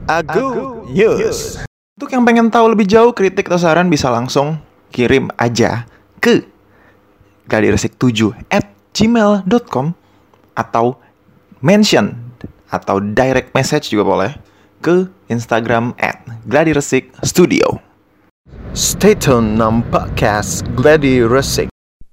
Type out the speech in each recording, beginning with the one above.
Agu News. Untuk yang pengen tahu lebih jauh, kritik atau saran bisa langsung kirim aja ke gladiresik7@gmail.com atau mention atau direct message juga boleh ke Instagram @gladiresik_studio. Stay tune nam podcast Gladi Resik.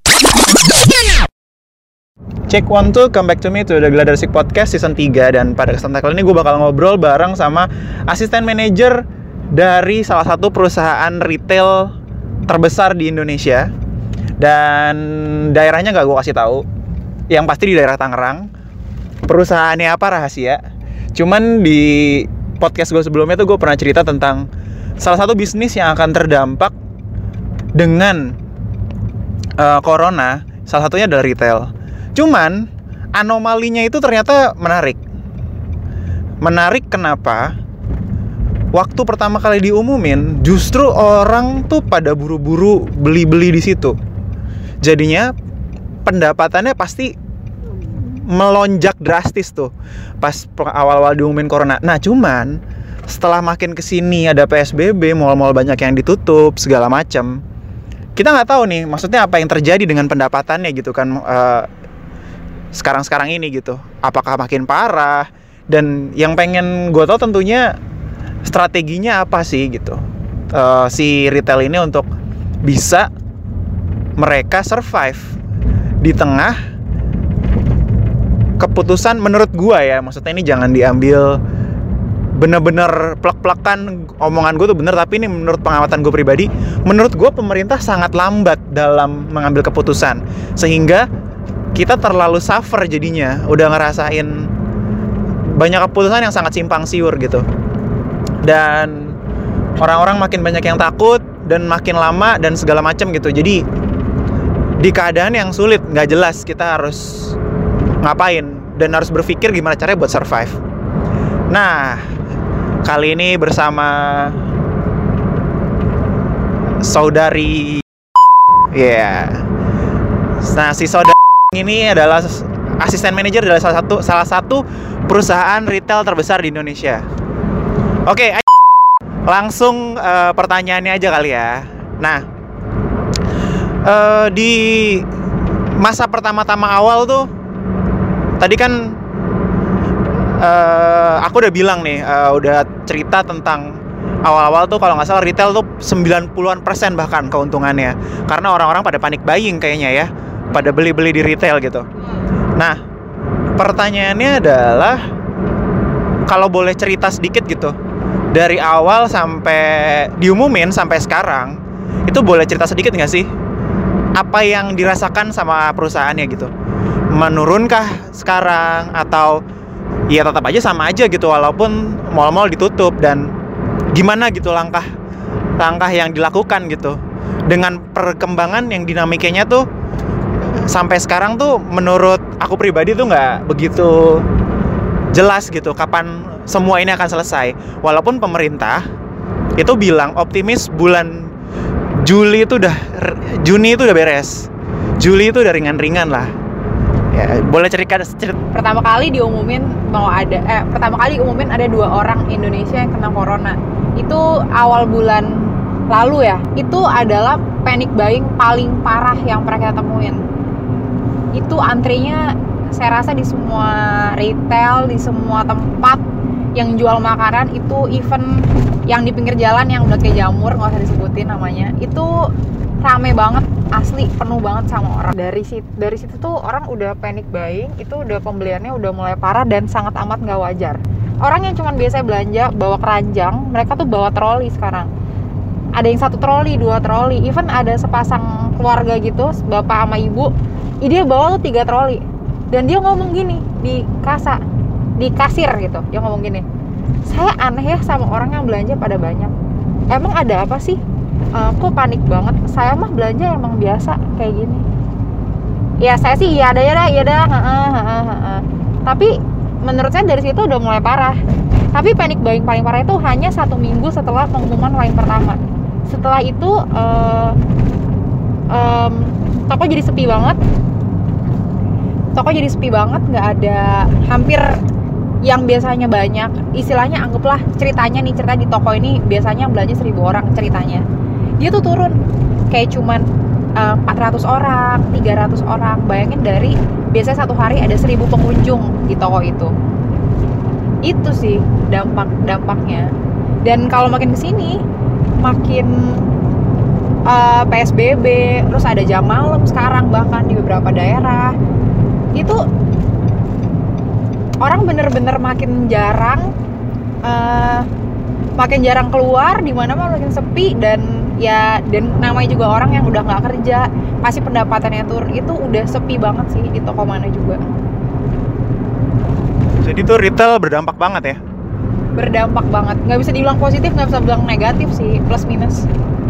Check 1, 2, come back to me to the Gladi Resik Podcast season 3. Dan pada kesempatan kali ini gue bakal ngobrol bareng sama asisten manajer dari salah satu perusahaan retail terbesar di Indonesia. Dan daerahnya gak gue kasih tahu. Yang pasti di daerah Tangerang. Perusahaannya apa rahasia. Cuman di podcast gue sebelumnya tuh gue pernah cerita tentang salah satu bisnis yang akan terdampak dengan corona. Salah satunya adalah retail. Cuman anomalinya itu ternyata menarik. Menarik kenapa? Waktu pertama kali diumumin, justru orang tuh pada buru-buru beli-beli di situ. Jadinya pendapatannya pasti melonjak drastis tuh pas awal-awal diumumin corona. Nah, cuman setelah makin kesini ada PSBB, mal-mal banyak yang ditutup segala macam. Kita nggak tahu nih, maksudnya apa yang terjadi dengan pendapatannya gitu kan. Sekarang ini gitu, apakah makin parah? Dan yang pengen gue tahu tentunya strateginya apa sih gitu, si retail ini untuk bisa mereka survive di tengah keputusan. Menurut gue ya, maksudnya ini jangan diambil bener-bener plek-plekan omongan gue tuh bener, tapi ini menurut pengamatan gue pribadi, menurut gue pemerintah sangat lambat dalam mengambil keputusan, sehingga kita terlalu suffer jadinya, udah ngerasain banyak keputusan yang sangat simpang siur gitu. Dan orang-orang makin banyak yang takut dan makin lama dan segala macam gitu. Jadi di keadaan yang sulit, nggak jelas kita harus ngapain dan harus berpikir gimana caranya buat survive. Nah, kali ini bersama saudari, Nah, si saudari ini adalah asisten manajer dari salah satu perusahaan retail terbesar di Indonesia. Oke, langsung pertanyaannya aja kali ya. Nah, di masa pertama-tama awal tuh, tadi kan aku udah bilang nih, udah cerita tentang awal-awal tuh kalau nggak salah retail tuh 90% bahkan keuntungannya, karena orang-orang pada panik buying kayaknya ya, pada beli-beli di retail gitu. Nah, pertanyaannya adalah, kalau boleh cerita sedikit gitu, dari awal sampai diumumin sampai sekarang, itu boleh cerita sedikit nggak sih? Apa yang dirasakan sama perusahaannya gitu? Menurunkah sekarang? Atau ya tetap aja sama aja gitu walaupun mal-mal ditutup? Dan gimana gitu langkah yang dilakukan gitu dengan perkembangan yang dinamikanya tuh sampai sekarang tuh, menurut aku pribadi tuh nggak begitu jelas gitu kapan semua ini akan selesai. Walaupun pemerintah itu bilang optimis bulan Juni itu udah beres, Juli itu udah ringan-ringan lah. Ya, boleh cerita. Pertama kali diumumin ada 2 orang Indonesia yang kena corona. Itu awal bulan lalu ya. Itu adalah panic buying paling parah yang pernah kita temuin. Itu antrinya saya rasa di semua retail, di semua tempat yang jual makanan, itu even yang di pinggir jalan yang udah kayak jamur, nggak usah disebutin namanya, itu rame banget, asli penuh banget sama orang. Dari situ tuh orang udah panic buying, itu udah pembeliannya udah mulai parah dan sangat amat nggak wajar. Orang yang cuma biasa belanja bawa keranjang, mereka tuh bawa troli sekarang. Ada yang 1 troli, 2 troli, even ada sepasang keluarga gitu, bapak sama ibu, dia bawa tuh 3 troli. Dan dia ngomong gini di kasir gitu, dia ngomong gini, saya aneh ya sama orang yang belanja pada banyak. Emang ada apa sih? Kok panik banget? Saya mah belanja emang biasa kayak gini. Ya saya sih iya dah. Tapi menurut saya dari situ udah mulai parah. Tapi panic buying paling parah itu hanya 1 minggu setelah pengumuman paling pertama. Setelah itu toko jadi sepi banget, nggak ada, hampir yang biasanya banyak, istilahnya anggaplah cerita di toko ini biasanya belanja 1.000 orang ceritanya, dia tuh turun kayak cuman 400 orang, 300 orang. Bayangin dari biasanya satu hari ada 1.000 pengunjung di toko itu. Itu sih dampaknya. Dan kalau makin kesini makin PSBB, terus ada jam malam sekarang bahkan di beberapa daerah, itu orang bener-bener makin jarang keluar, di mana makin sepi, dan namanya juga orang yang udah nggak kerja pasti pendapatannya turun. Itu udah sepi banget sih di toko mana juga. Jadi tuh retail berdampak banget ya? Berdampak banget, nggak bisa dibilang positif, nggak bisa bilang negatif sih, plus minus.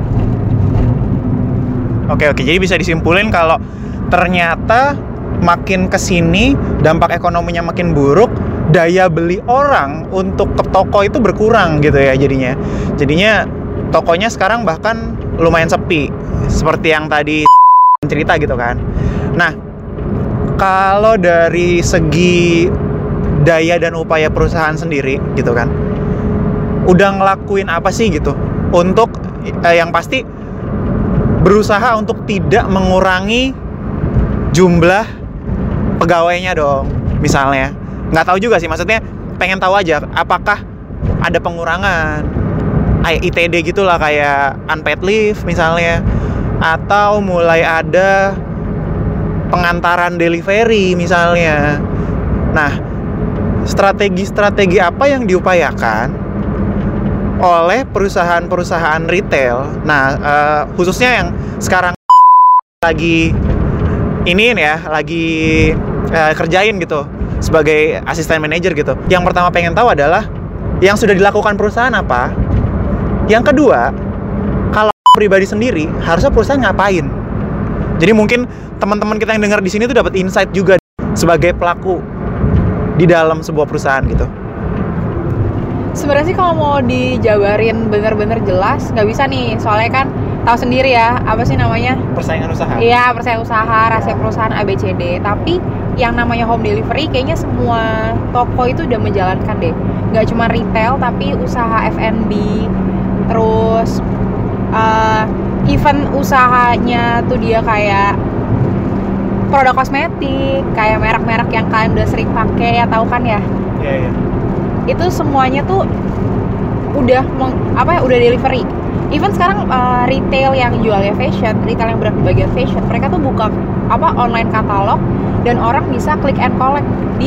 Oke, jadi bisa disimpulin kalau ternyata makin kesini dampak ekonominya makin buruk, daya beli orang untuk ke toko itu berkurang gitu ya jadinya tokonya sekarang bahkan lumayan sepi seperti yang tadi cerita gitu kan. Nah, kalau dari segi daya dan upaya perusahaan sendiri gitu kan, udah ngelakuin apa sih gitu untuk yang pasti berusaha untuk tidak mengurangi jumlah pegawainya dong, misalnya. Nggak tahu juga sih, maksudnya pengen tahu aja apakah ada pengurangan ITD gitulah, kayak unpaid leave misalnya, atau mulai ada pengantaran delivery misalnya. Nah, strategi apa yang diupayakan oleh perusahaan-perusahaan retail, nah khususnya yang sekarang lagi kerjain gitu sebagai asisten manajer gitu. Yang pertama pengen tahu adalah yang sudah dilakukan perusahaan apa. Yang kedua, kalau pribadi sendiri harusnya perusahaan ngapain. Jadi mungkin teman-teman kita yang dengar di sini tuh dapat insight juga sebagai pelaku di dalam sebuah perusahaan gitu. Sebenarnya sih kalau mau dijabarin bener-bener jelas nggak bisa nih, soalnya kan tahu sendiri ya, apa sih namanya? Persaingan usaha. Iya, persaingan usaha, rahasia perusahaan ABCD. Tapi yang namanya home delivery kayaknya semua toko itu udah menjalankan deh. Nggak cuma retail, tapi usaha F&B, terus even usahanya tuh dia kayak produk kosmetik, kayak merek-merek yang kalian udah sering pakai ya, tahu kan ya? Iya. Itu semuanya tuh udah delivery. Even sekarang retail yang jualnya fashion, retail yang berada di bagian fashion, mereka tuh buka online katalog dan orang bisa click and collect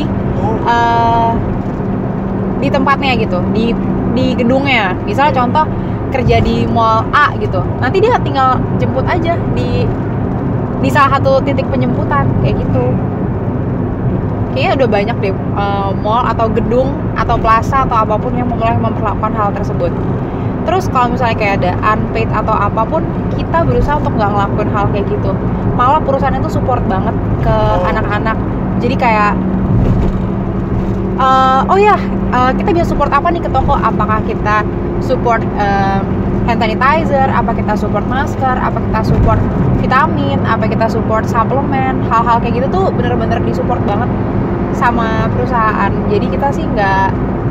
di tempatnya gitu, di gedungnya. Misal contoh kerja di mall A gitu, nanti dia tinggal jemput aja di salah satu titik penjemputan kayak gitu. Kayaknya udah banyak deh mall atau gedung atau plaza atau apapun yang mulai memperlakukan hal tersebut. Terus kalau misalnya kayak ada unpaid atau apapun, kita berusaha untuk nggak ngelakuin hal kayak gitu. Malah perusahaan itu support banget ke anak-anak. Jadi kayak kita bisa support apa nih ke toko? Apakah kita support hand sanitizer, apa kita support masker, apa kita support vitamin, apa kita support suplemen. Hal-hal kayak gitu tuh bener-bener disupport banget sama perusahaan. Jadi kita sih nggak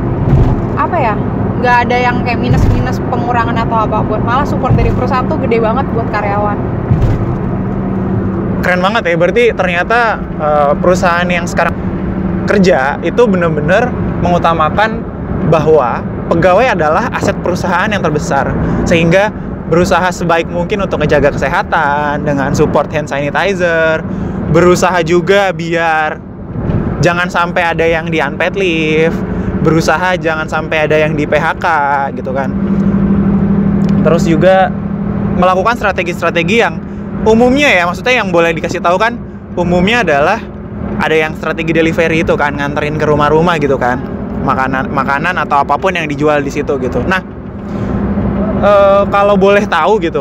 ada yang kayak minus pengurangan atau apapun. Malah support dari perusahaan tuh gede banget buat karyawan. Keren banget ya, berarti ternyata perusahaan yang sekarang kerja itu benar-benar mengutamakan bahwa pegawai adalah aset perusahaan yang terbesar, sehingga berusaha sebaik mungkin untuk ngejaga kesehatan dengan support hand sanitizer, berusaha juga biar jangan sampai ada yang di unpaid leave, berusaha jangan sampai ada yang di PHK gitu kan. Terus juga melakukan strategi-strategi yang umumnya ya, maksudnya yang boleh dikasih tahu kan, umumnya adalah ada yang strategi delivery itu kan, nganterin ke rumah-rumah gitu kan, makanan atau apapun yang dijual di situ gitu. Nah, kalau boleh tahu gitu,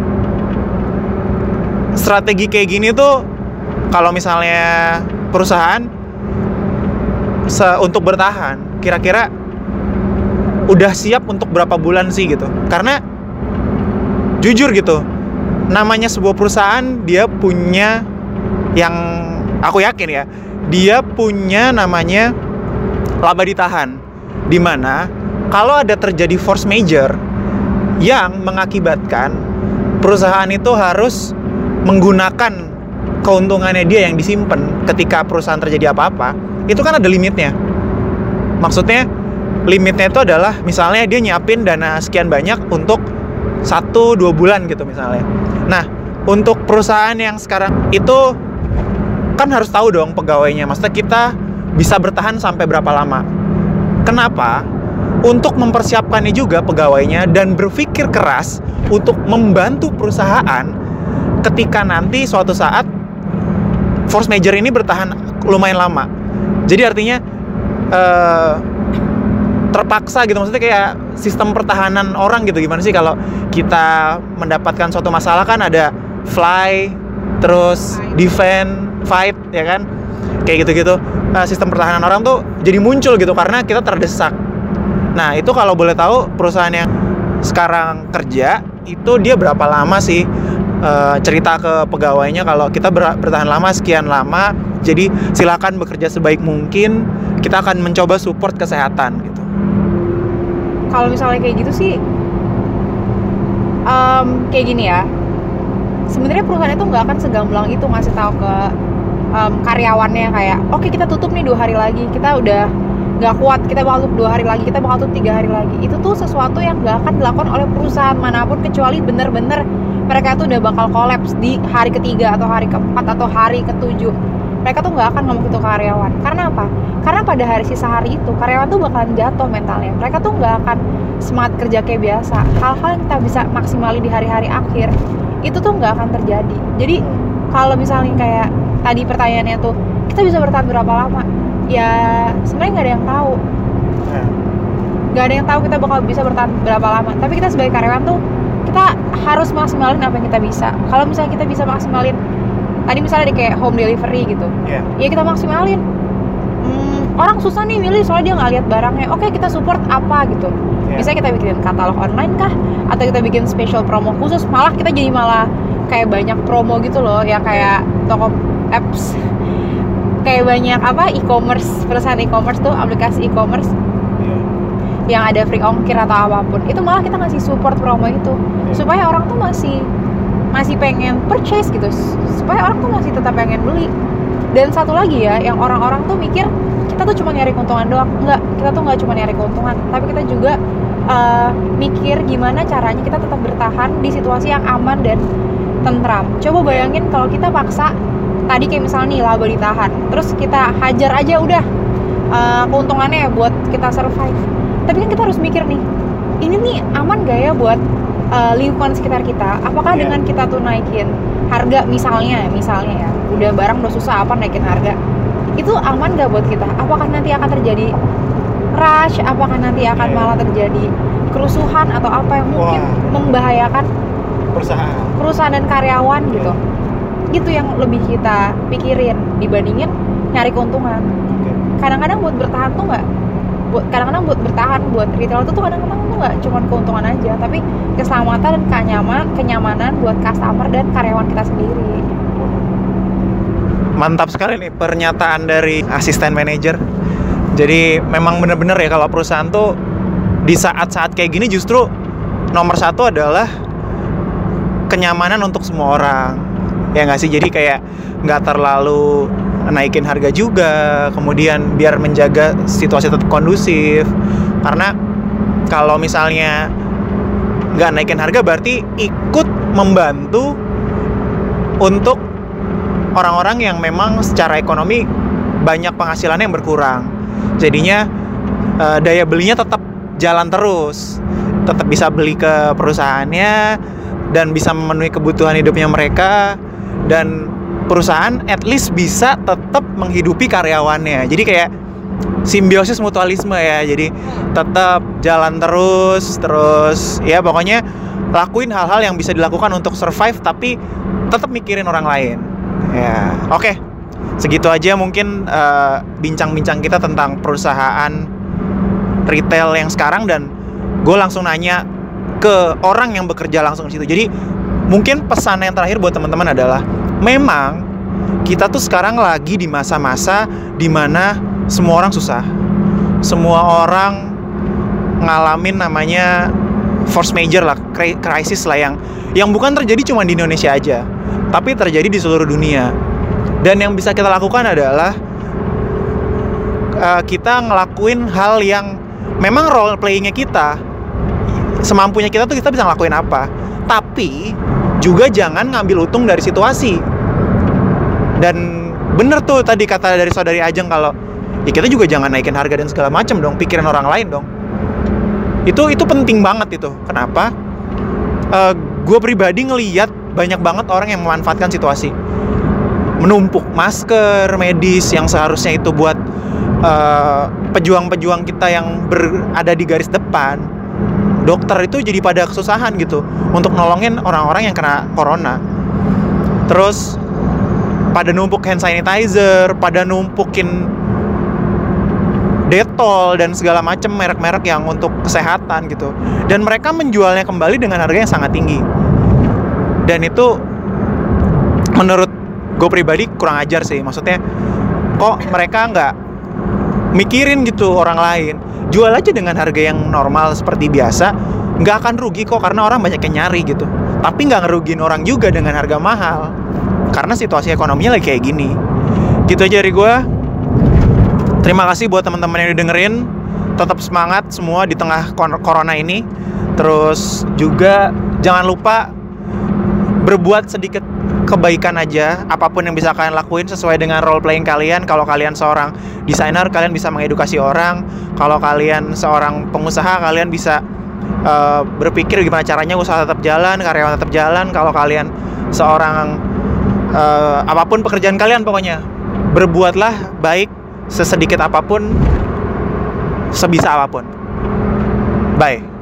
strategi kayak gini tuh kalau misalnya perusahaan untuk bertahan, kira-kira udah siap untuk berapa bulan sih gitu? Karena jujur gitu, namanya sebuah perusahaan dia punya, yang aku yakin ya, dia punya namanya laba ditahan. Dimana kalau ada terjadi force major yang mengakibatkan perusahaan itu harus menggunakan keuntungannya dia yang disimpan ketika perusahaan terjadi apa-apa, itu kan ada limitnya. Maksudnya limitnya itu adalah misalnya dia nyiapin dana sekian banyak untuk 1-2 bulan gitu misalnya. Nah, untuk perusahaan yang sekarang itu kan harus tahu dong pegawainya, maksudnya kita bisa bertahan sampai berapa lama. Kenapa? Untuk mempersiapkannya juga pegawainya dan berpikir keras untuk membantu perusahaan ketika nanti suatu saat force major ini bertahan lumayan lama. Jadi artinya terpaksa gitu, maksudnya kayak sistem pertahanan orang gitu. Gimana sih kalau kita mendapatkan suatu masalah kan ada fly, terus defend, fight, ya kan? Kayak gitu-gitu. Sistem pertahanan orang tuh jadi muncul gitu karena kita terdesak. Nah, itu kalau boleh tahu perusahaan yang sekarang kerja itu dia berapa lama sih cerita ke pegawainya kalau kita bertahan lama sekian lama, jadi silakan bekerja sebaik mungkin, kita akan mencoba support kesehatan gitu. Kalau misalnya kayak gitu sih kayak gini ya, sebenarnya perusahaan itu nggak akan segamblang itu ngasih tahu ke karyawannya kayak oke, kita tutup nih 2 hari lagi, kita udah nggak kuat, kita bakal tutup 2 hari lagi, kita bakal tutup 3 hari lagi. Itu tuh sesuatu yang nggak akan dilakukan oleh perusahaan manapun kecuali bener-bener mereka tuh udah bakal kolaps di hari ketiga atau hari keempat atau hari ketujuh. Mereka tuh nggak akan ngomong gitu ke karyawan. Karena apa? Karena pada hari sisa hari itu karyawan tuh bakalan jatuh mentalnya. Mereka tuh nggak akan semangat kerja kayak biasa. Hal-hal yang kita bisa maksimalin di hari-hari akhir itu tuh nggak akan terjadi. Jadi kalau misalnya kayak tadi pertanyaannya tuh, kita bisa bertahan berapa lama? Ya sebenarnya nggak ada yang tahu. Nggak ada yang tahu kita bakal bisa bertahan berapa lama. Tapi kita sebagai karyawan tuh kita harus maksimalin apa yang kita bisa. Kalau misalnya kita bisa maksimalin tadi misalnya di kayak home delivery gitu, ya kita maksimalin. Orang susah nih milih soalnya dia nggak lihat barangnya. Oke, kita support apa gitu. Bisa kita bikin katalog online kah? Atau kita bikin special promo khusus? Malah kita jadi malah kayak banyak promo gitu loh, ya kayak toko apps, kayak banyak e-commerce, perusahaan e-commerce tuh, aplikasi e-commerce yang ada free ongkir atau apapun. Itu malah kita ngasih support promo itu supaya orang tuh masih pengen purchase gitu, supaya orang tuh masih tetap pengen beli. Dan satu lagi ya, yang orang-orang tuh mikir kita tuh cuma nyari keuntungan doang. Enggak, kita tuh nggak cuma nyari keuntungan, tapi kita juga mikir gimana caranya kita tetap bertahan di situasi yang aman dan tentram. Coba bayangin kalau kita paksa tadi kayak misalnya nih laba ditahan, terus kita hajar aja udah keuntungannya buat kita survive. Tapi kan kita harus mikir nih, ini nih aman gak ya buat lingkungan sekitar kita? Apakah dengan kita tuh naikin harga misalnya ya, udah barang udah susah apa naikin harga, itu aman gak buat kita? Apakah nanti akan terjadi rush? Apakah nanti akan malah terjadi kerusuhan atau apa yang mungkin membahayakan perusahaan dan karyawan gitu? Itu yang lebih kita pikirin dibandingin nyari keuntungan. Kadang-kadang buat bertahan tuh buat bertahan buat retail itu tuh kadang-kadang tuh nggak cuma keuntungan aja, tapi keselamatan dan kenyamanan buat customer dan karyawan kita sendiri. Mantap sekali nih pernyataan dari asisten manajer. Jadi memang bener-bener ya kalau perusahaan tuh di saat-saat kayak gini justru nomor 1 adalah kenyamanan untuk semua orang, ya nggak sih? Jadi kayak nggak terlalu naikin harga juga, kemudian biar menjaga situasi tetap kondusif. Karena kalau misalnya nggak naikin harga berarti ikut membantu untuk orang-orang yang memang secara ekonomi banyak penghasilannya yang berkurang. Jadinya daya belinya tetap jalan terus, tetap bisa beli ke perusahaannya dan bisa memenuhi kebutuhan hidupnya mereka, dan perusahaan at least bisa tetap menghidupi karyawannya. Jadi kayak simbiosis mutualisme ya. Jadi tetap jalan terus ya, pokoknya lakuin hal-hal yang bisa dilakukan untuk survive tapi tetap mikirin orang lain. Ya, oke. Segitu aja mungkin bincang-bincang kita tentang perusahaan retail yang sekarang, dan gue langsung nanya ke orang yang bekerja langsung di situ. Jadi mungkin pesan yang terakhir buat teman-teman adalah memang kita tuh sekarang lagi di masa-masa dimana semua orang susah. semua orang ngalamin namanya force major lah, krisis lah yang bukan terjadi cuma di Indonesia aja, tapi terjadi di seluruh dunia. Dan yang bisa kita lakukan adalah kita ngelakuin hal yang memang role playingnya kita, semampunya kita tuh kita bisa ngelakuin apa, tapi juga jangan ngambil untung dari situasi. Dan bener tuh tadi kata dari saudari Ajeng kalau ya kita juga jangan naikin harga dan segala macam dong, pikiran orang lain dong. Itu penting banget itu. Kenapa? Gue pribadi ngelihat banyak banget orang yang memanfaatkan situasi, menumpuk masker medis yang seharusnya itu buat pejuang-pejuang kita yang berada di garis depan. Dokter itu jadi pada kesusahan gitu untuk nolongin orang-orang yang kena corona. Terus pada numpuk hand sanitizer, pada numpukin Dettol dan segala macam merek-merek yang untuk kesehatan gitu. Dan mereka menjualnya kembali dengan harga yang sangat tinggi. Dan itu menurut gue pribadi kurang ajar sih. Maksudnya kok mereka nggak mikirin gitu orang lain. Jual aja dengan harga yang normal seperti biasa, nggak akan rugi kok karena orang banyak yang nyari gitu. Tapi nggak ngerugiin orang juga dengan harga mahal karena situasi ekonominya lagi kayak gini. Gitu aja dari gue. Terima kasih buat teman-teman yang udah dengerin. Tetap semangat semua di tengah corona ini. Terus juga jangan lupa berbuat sedikit kebaikan aja. Apapun yang bisa kalian lakuin sesuai dengan role playing kalian. Kalau kalian seorang desainer, kalian bisa mengedukasi orang. Kalau kalian seorang pengusaha, kalian bisa berpikir gimana caranya usaha tetap jalan, karyawan tetap jalan. Kalau kalian seorang apapun pekerjaan kalian, pokoknya berbuatlah baik sesedikit apapun, sebisa apapun. Bye.